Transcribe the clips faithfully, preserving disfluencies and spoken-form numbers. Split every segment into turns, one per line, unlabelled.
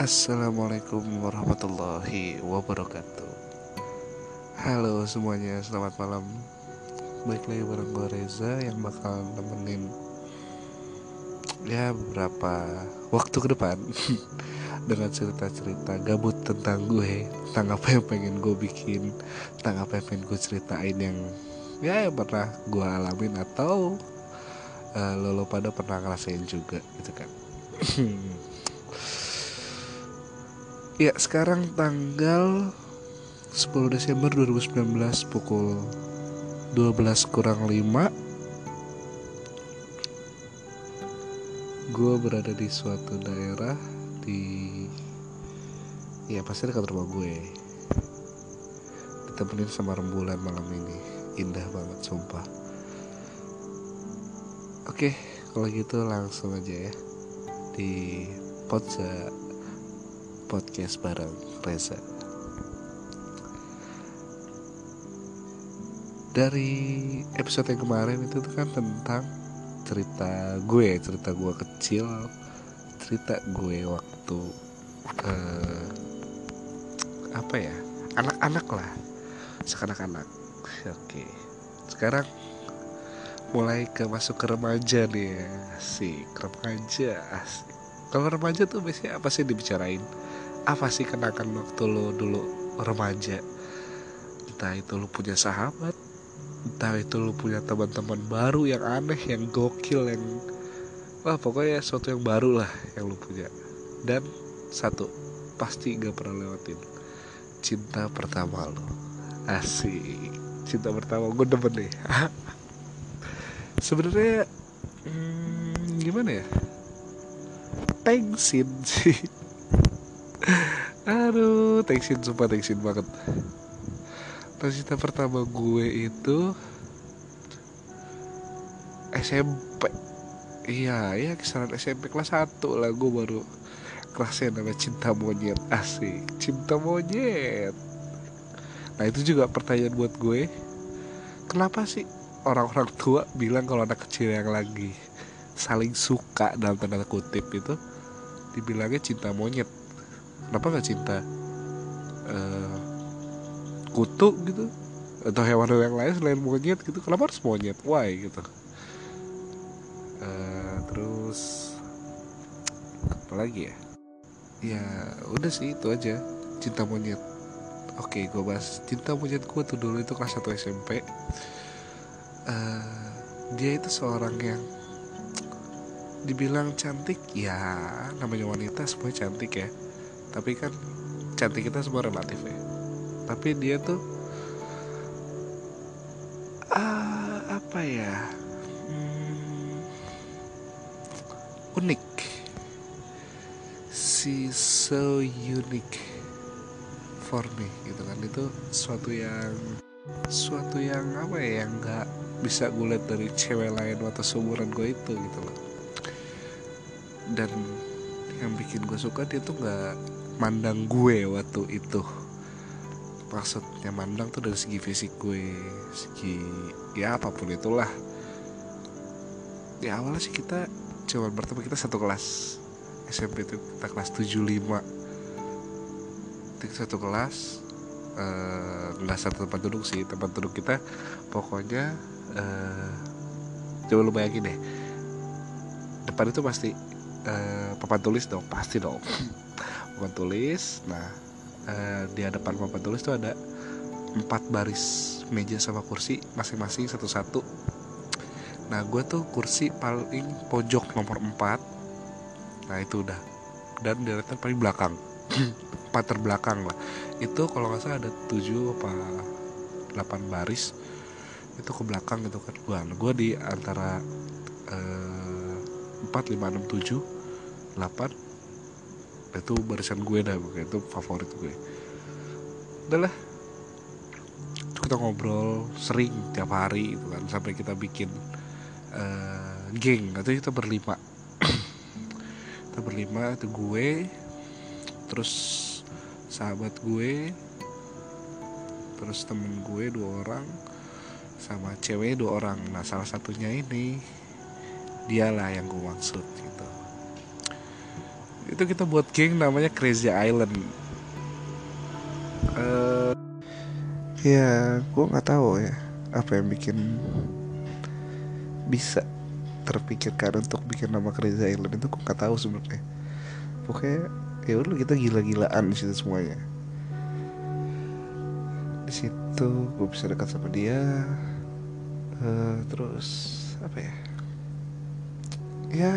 Assalamualaikum warahmatullahi wabarakatuh. Halo semuanya, selamat malam. Baik lagi bareng gue Reza yang bakal nemenin ya beberapa waktu ke depan dengan cerita-cerita gabut tentang gue, tentang apa yang pengen gue bikin, tentang apa yang pengen gue ceritain yang ya yang pernah gue alamin atau uh, lo, lo pada pernah ngerasain juga gitu kan. Ya, sekarang tanggal sepuluh Desember dua ribu sembilan belas pukul dua belas kurang lima. Gue berada di suatu daerah di ya pasti dekat rumah gue. Ditemenin sama rembulan malam ini. Indah banget sumpah. Oke, kalau gitu langsung aja ya di Podza podcast bareng Reza. Dari episode yang kemarin itu tuh kan tentang cerita gue, cerita gue kecil, cerita gue waktu uh, apa ya, anak-anak lah, sekanak-anak. Oke, sekarang mulai ke masuk ke remaja nih, asik, remaja, asik. Kalau remaja tuh biasanya apa sih dibicarain? Apa sih kenangan waktu lo dulu remaja? Entah itu lo punya sahabat, entah itu lo punya teman-teman baru yang aneh, yang gokil, yang wah pokoknya sesuatu yang baru lah yang lo punya. Dan satu pasti gak pernah lewatin, cinta pertama lo. Asik, cinta pertama gue demen nih. Sebenarnya hmm, gimana ya, thanksin sih. Aduh, thanksin, sumpah thanksin banget. Nah, cinta pertama gue itu S M P. Iya, ya kisaran S M P kelas satu lah gue baru ngerasain namanya cinta monyet. Asik, cinta monyet. Nah, itu juga pertanyaan buat gue. Kenapa sih orang-orang tua bilang kalau anak kecil yang lagi saling suka dalam tanda kutip itu dibilangnya cinta monyet? Kenapa gak cinta uh, kutu gitu, atau hewan-hewan yang lain selain monyet gitu? Kenapa harus monyet? Why gitu? Uh, terus apa lagi ya? Ya udah sih itu aja, cinta monyet. Oke, gue bahas cinta monyet gue tuh dulu itu kelas satu S M P. uh, Dia itu seorang yang dibilang cantik, ya namanya wanita semuanya cantik ya. Tapi kan cantik kita semua relatif ya. Tapi dia tuh uh, apa ya, hmm, unik. She so unique for me gitu kan. Itu suatu yang suatu yang apa ya, yang nggak bisa gue lihat dari cewek lain atau seumuran gue itu gitu loh. Dan yang bikin gue suka, dia tuh nggak mandang gue waktu itu. Maksudnya mandang tuh dari segi fisik gue, segi ya apapun itulah. Ya awalnya sih kita cuma bertemu, kita satu kelas S M P itu kita kelas tujuh puluh lima. Kita satu kelas, uh, nggak satu tempat duduk sih, tempat duduk kita pokoknya uh, coba lu bayangin deh, depan itu pasti uh, papan tulis dong, pasti dong. Papan tulis. Nah, uh, di hadapan papan tulis tuh ada empat baris meja sama kursi masing-masing satu-satu. Nah, gue tuh kursi paling pojok nomor empat. Nah, itu udah. Dan deretan paling belakang. Empat terbelakang lah. Itu kalau gak salah ada tujuh apa delapan baris. Itu ke belakang gitu kan. Gue Gue di antara uh, empat, lima, enam, tujuh, delapan. Itu barisan gue dah. Itu favorit gue. Udah lah, kita ngobrol sering tiap hari gitu kan, sampai kita bikin uh, geng. Atau kita berlima. Kita berlima, itu gue, terus sahabat gue, terus temen gue dua orang, sama cewek dua orang. Nah, salah satunya ini dialah yang gue maksud gitu. Itu kita buat geng namanya Crazy Island. uh, Ya gue nggak tahu ya apa yang bikin bisa terpikirkan untuk bikin nama Crazy Island. Itu gue nggak tahu sebenarnya. Pokoknya ya udah, kita gila-gilaan di situ semuanya. Di situ gue bisa dekat sama dia. Uh, terus apa ya? Ya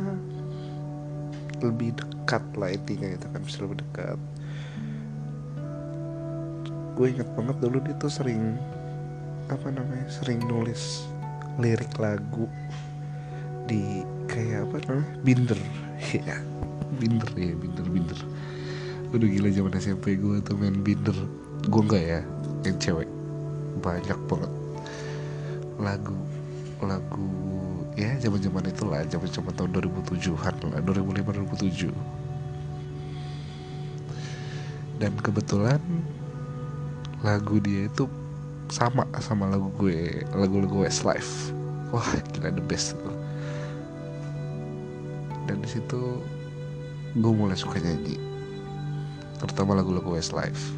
lebih dekat lah intinya gitu kan, bisa lebih dekat. Gue ingat banget dulu dia tuh sering apa namanya, sering nulis lirik lagu di kayak apa namanya, binder. Ya binder ya, binder binder. Udah gila zaman S M P gue tuh main binder. Gue enggak ya, yang cewek banyak banget lagu lagu ya zaman-zaman itulah, zaman-zaman tahun dua ribu tujuh-an lah, dua ribu lima dua ribu tujuh. Dan kebetulan lagu dia itu sama sama lagu gue, lagu-lagu Westlife. Wah gila, the best itu. Dan di situ gue mulai suka nyanyi, terutama lagu-lagu Westlife.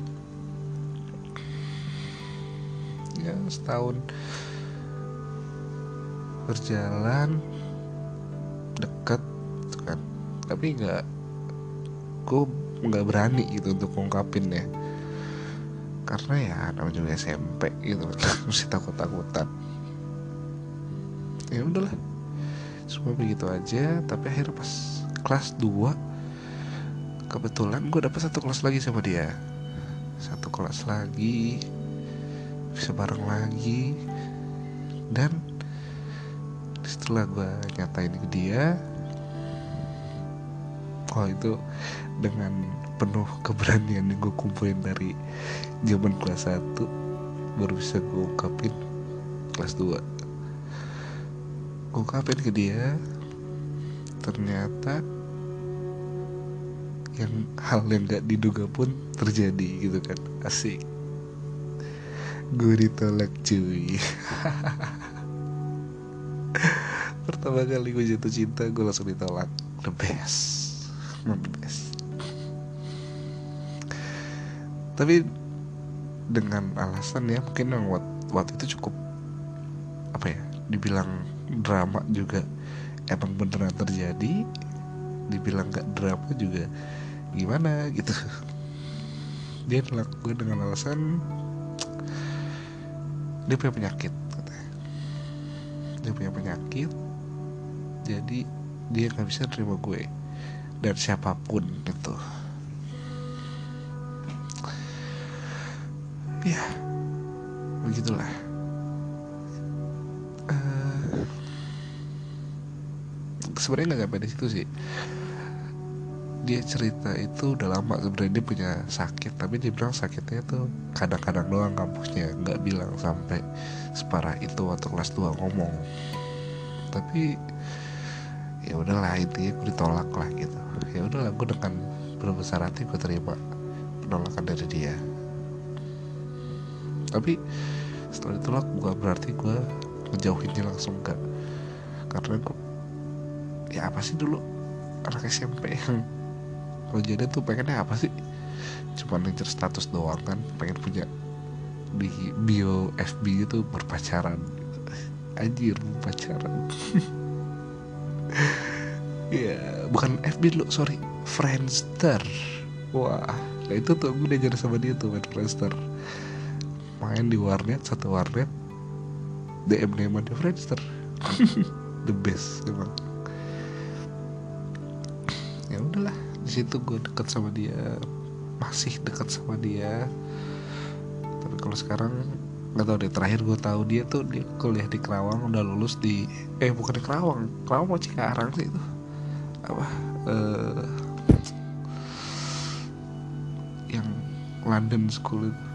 Ya setahun berjalan dekat kan, tapi nggak, gue nggak berani gitu untuk ngungkapin ya, karena ya namanya juga S M P gitu mesti takut-takutan. Ya udahlah, semua begitu aja. Tapi akhirnya pas kelas dua kebetulan gue dapet satu kelas lagi sama dia, satu kelas lagi, bisa bareng lagi. Dan setelah gue nyatain ke dia, oh itu dengan penuh keberanian yang gue kumpulin dari zaman kelas satu, baru bisa gue ungkapin kelas dua. Gue ungkapin ke dia, ternyata yang hal yang gak diduga pun terjadi gitu kan. Asik, gue ditolak cuy. Pertama kali gue jatuh cinta, gue langsung ditolak. The best, the best. Tapi dengan alasan ya mungkin yang waktu, waktu itu cukup apa ya, dibilang drama juga emang beneran terjadi, dibilang gak drama juga gimana gitu. Dia nolak gue dengan alasan dia punya penyakit katanya. Dia punya penyakit, jadi dia gak bisa terima gue dan siapapun itu. Ya begitulah. uh, Sebenarnya nggak sampai di situ sih. Dia cerita itu udah lama sebenarnya dia punya sakit, tapi dia bilang sakitnya tuh kadang-kadang doang kampusnya, nggak bilang sampai separah itu waktu kelas dua ngomong. Tapi ya udahlah, intinya gue ditolak lah gitu. Ya udahlah, gue dengan berbesar hati gue terima penolakan dari dia. Tapi setelah ditolak bukan berarti gue ngejauhinnya langsung, enggak. Karena gue ya apa sih dulu anak S M P yang kalau jadi tuh pengennya apa sih, cuma ngejar status doang kan, pengen punya di bio F B itu berpacaran. Anjir, berpacaran. Ya bukan F B dulu, sorry, Friendster. Wah, nah itu tuh gue diajar sama dia tuh main Friendster. Main di warnet, satu warnet, D M D M di Friendster. The best emang. Ya udahlah, di situ gue deket sama dia, masih deket sama dia. Tapi kalau sekarang nggak tahu deh. Terakhir gue tahu dia tuh dia kuliah di Kerawang, udah lulus di eh bukan di Kerawang, Kerawang mau Cikarang sih itu apa eh yang London School itu.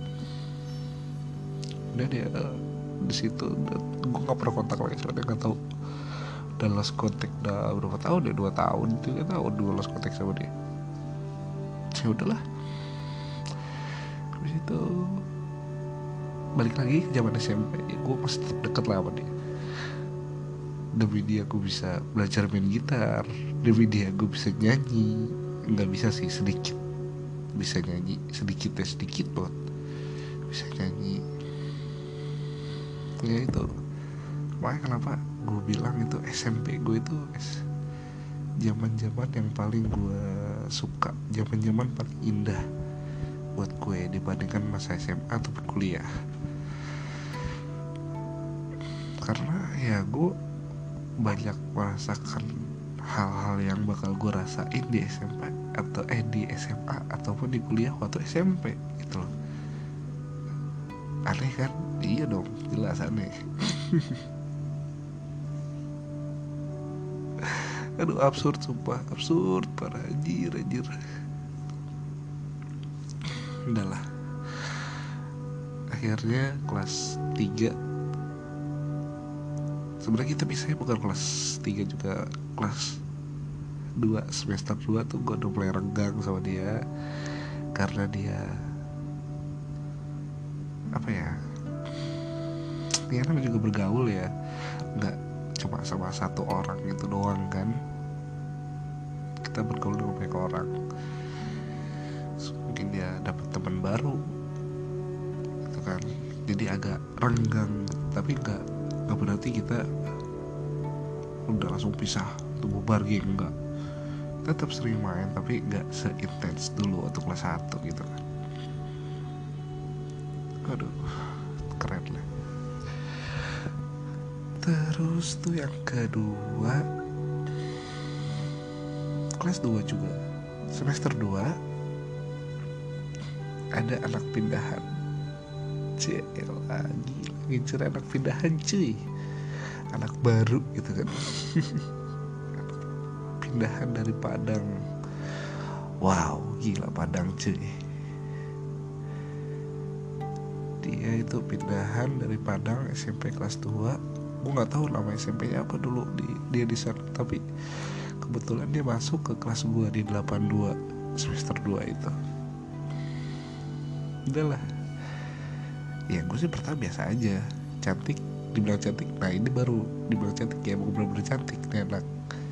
Udah dia uh, di situ. Gue nggak pernah kontak lagi soalnya nggak tahu udah lost contact udah berapa tahun deh, dua tahun tiga tahun dua lost contact sama dia. Ya udahlah, habis itu balik lagi ke zaman S M P ya, gue masih tetap deket lah sama dia. demi dia gue bisa belajar main gitar, demi dia gue bisa nyanyi. Nggak bisa sih, sedikit bisa nyanyi, sedikit ya sedikit banget bisa nyanyi. Ya itu makanya kenapa gue bilang itu S M P gue itu zaman-zaman yang paling gue suka, zaman-zaman paling indah buat gue dibandingkan masa S M A atau kuliah. Karena ya gue banyak merasakan hal-hal yang bakal gue rasain di S M P atau eh di S M A ataupun di kuliah waktu S M P gitu loh. Aneh kan? Iya dong, jelas aneh. Aduh absurd sumpah, absurd parah, anjir anjir. Udah lah, akhirnya kelas tiga. Sebenarnya kita bisa bukan kelas tiga juga, kelas dua, semester dua tuh gue udah mulai renggang sama dia. Karena dia apa ya, dia namanya juga bergaul ya, nggak cuma sama satu orang itu doang kan, kita bergaul dengan banyak orang. So, mungkin dia dapat teman baru gitu kan, jadi agak renggang. Tapi nggak nggak berarti kita udah langsung pisah atau bubar gitu, enggak. Tetap sering main tapi nggak seintens dulu waktu kelas satu gitu kan. Aduh keren lah. Terus tuh yang kedua, kelas dua juga, semester dua ada anak pindahan. Cel lagi ngincer anak pindahan cuy, anak baru gitu kan. Pindahan dari Padang. Wow, gila Padang cuy. Dia itu pindahan dari Padang S M P kelas dua. Gue nggak tahu nama S M P-nya apa dulu di dia di sana, tapi kebetulan dia masuk ke kelas gue di delapan dua semester dua itu. Udah lah. Ya gue sih pertama biasa aja, cantik, dibilang cantik. Nah ini baru dibilang cantik ya, bukan bener-bener cantik nih anak.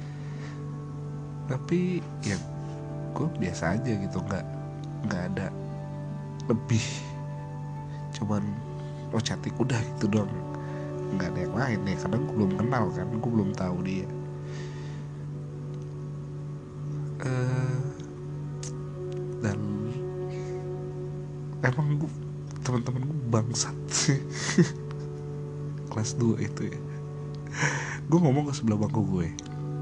Tapi ya gue biasa aja gitu, nggak nggak ada lebih, cuman oh cantik udah gitu doang, nggak ada yang lain ya, karena gue belum kenal kan, gue belum tahu dia. Uh, dan emang gue teman-teman gue bangsat sih. Kelas dua itu ya, gue ngomong ke sebelah bangku gue,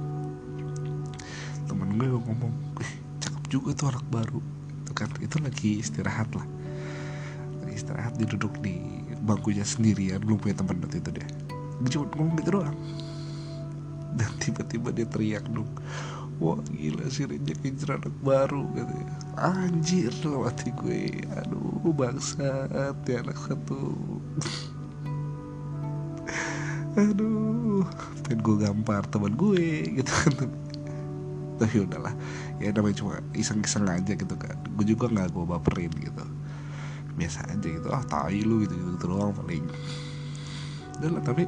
temen gue ngomong, eh, cakep juga tuh anak baru itu kan. Itu lagi istirahat lah, lagi istirahat, dia duduk di bangkunya sendirian, belum punya teman waktu itu dia. Dia cuma ngomong gitu doang, dan tiba-tiba dia teriak dong, wah gila sih Rejek ngincer anak baru katanya. Anjir loh hati gue, aduh bangsat ya anak satu. Aduh pengen gue gampar teman gue gitu kan. Tapi udahlah, ya namanya cuma iseng-iseng aja gitu kan, gue juga gak gue baperin gitu, biasa aja gitu, ah tai lu gitu gitu doang paling. Udahlah, tapi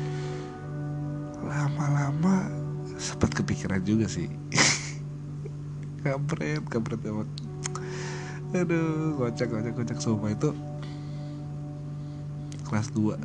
lama-lama sempat kepikiran juga sih. kampret kampret banget. Aduh kocak kocak kocak semua itu. Kelas dua,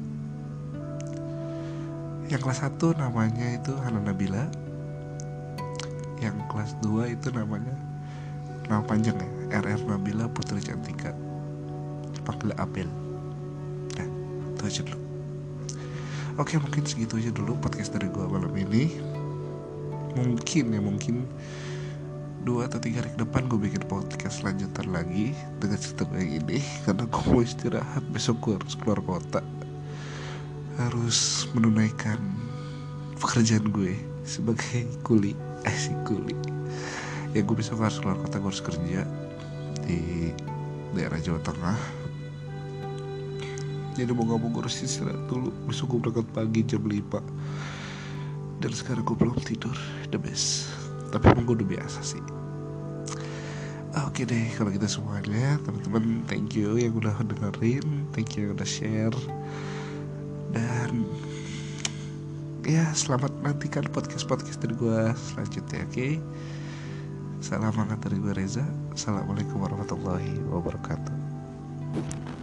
yang kelas satu namanya itu Hana Nabila, yang kelas dua itu namanya, nama panjang ya, R R Nabila Putri Cantika, panggil Apel. Nah itu aja dulu. Oke, mungkin segitu aja dulu podcast dari gue malam ini. Mungkin ya mungkin dua atau tiga hari ke depan gue bikin podcast lanjutan lagi dengan cerita kayak gini, karena gue mau istirahat. Besok gue harus keluar kota, harus menunaikan pekerjaan gue sebagai kuli, asik kuli. Ya gue besok harus keluar kota, gue harus kerja di daerah Jawa Tengah. Jadi mau gak mau gue harus istirahat dulu. Besok gue berangkat pagi jam lima, dan sekarang gue belum tidur, the best. Tapi emang gue udah biasa sih. Oke deh, kalau gitu semuanya teman-teman, thank you yang udah dengerin, thank you yang udah share. Dan ya selamat menantikan podcast-podcast dari gue selanjutnya. Oke okay? Salam hangat dari gue Reza. Assalamualaikum warahmatullahi wabarakatuh.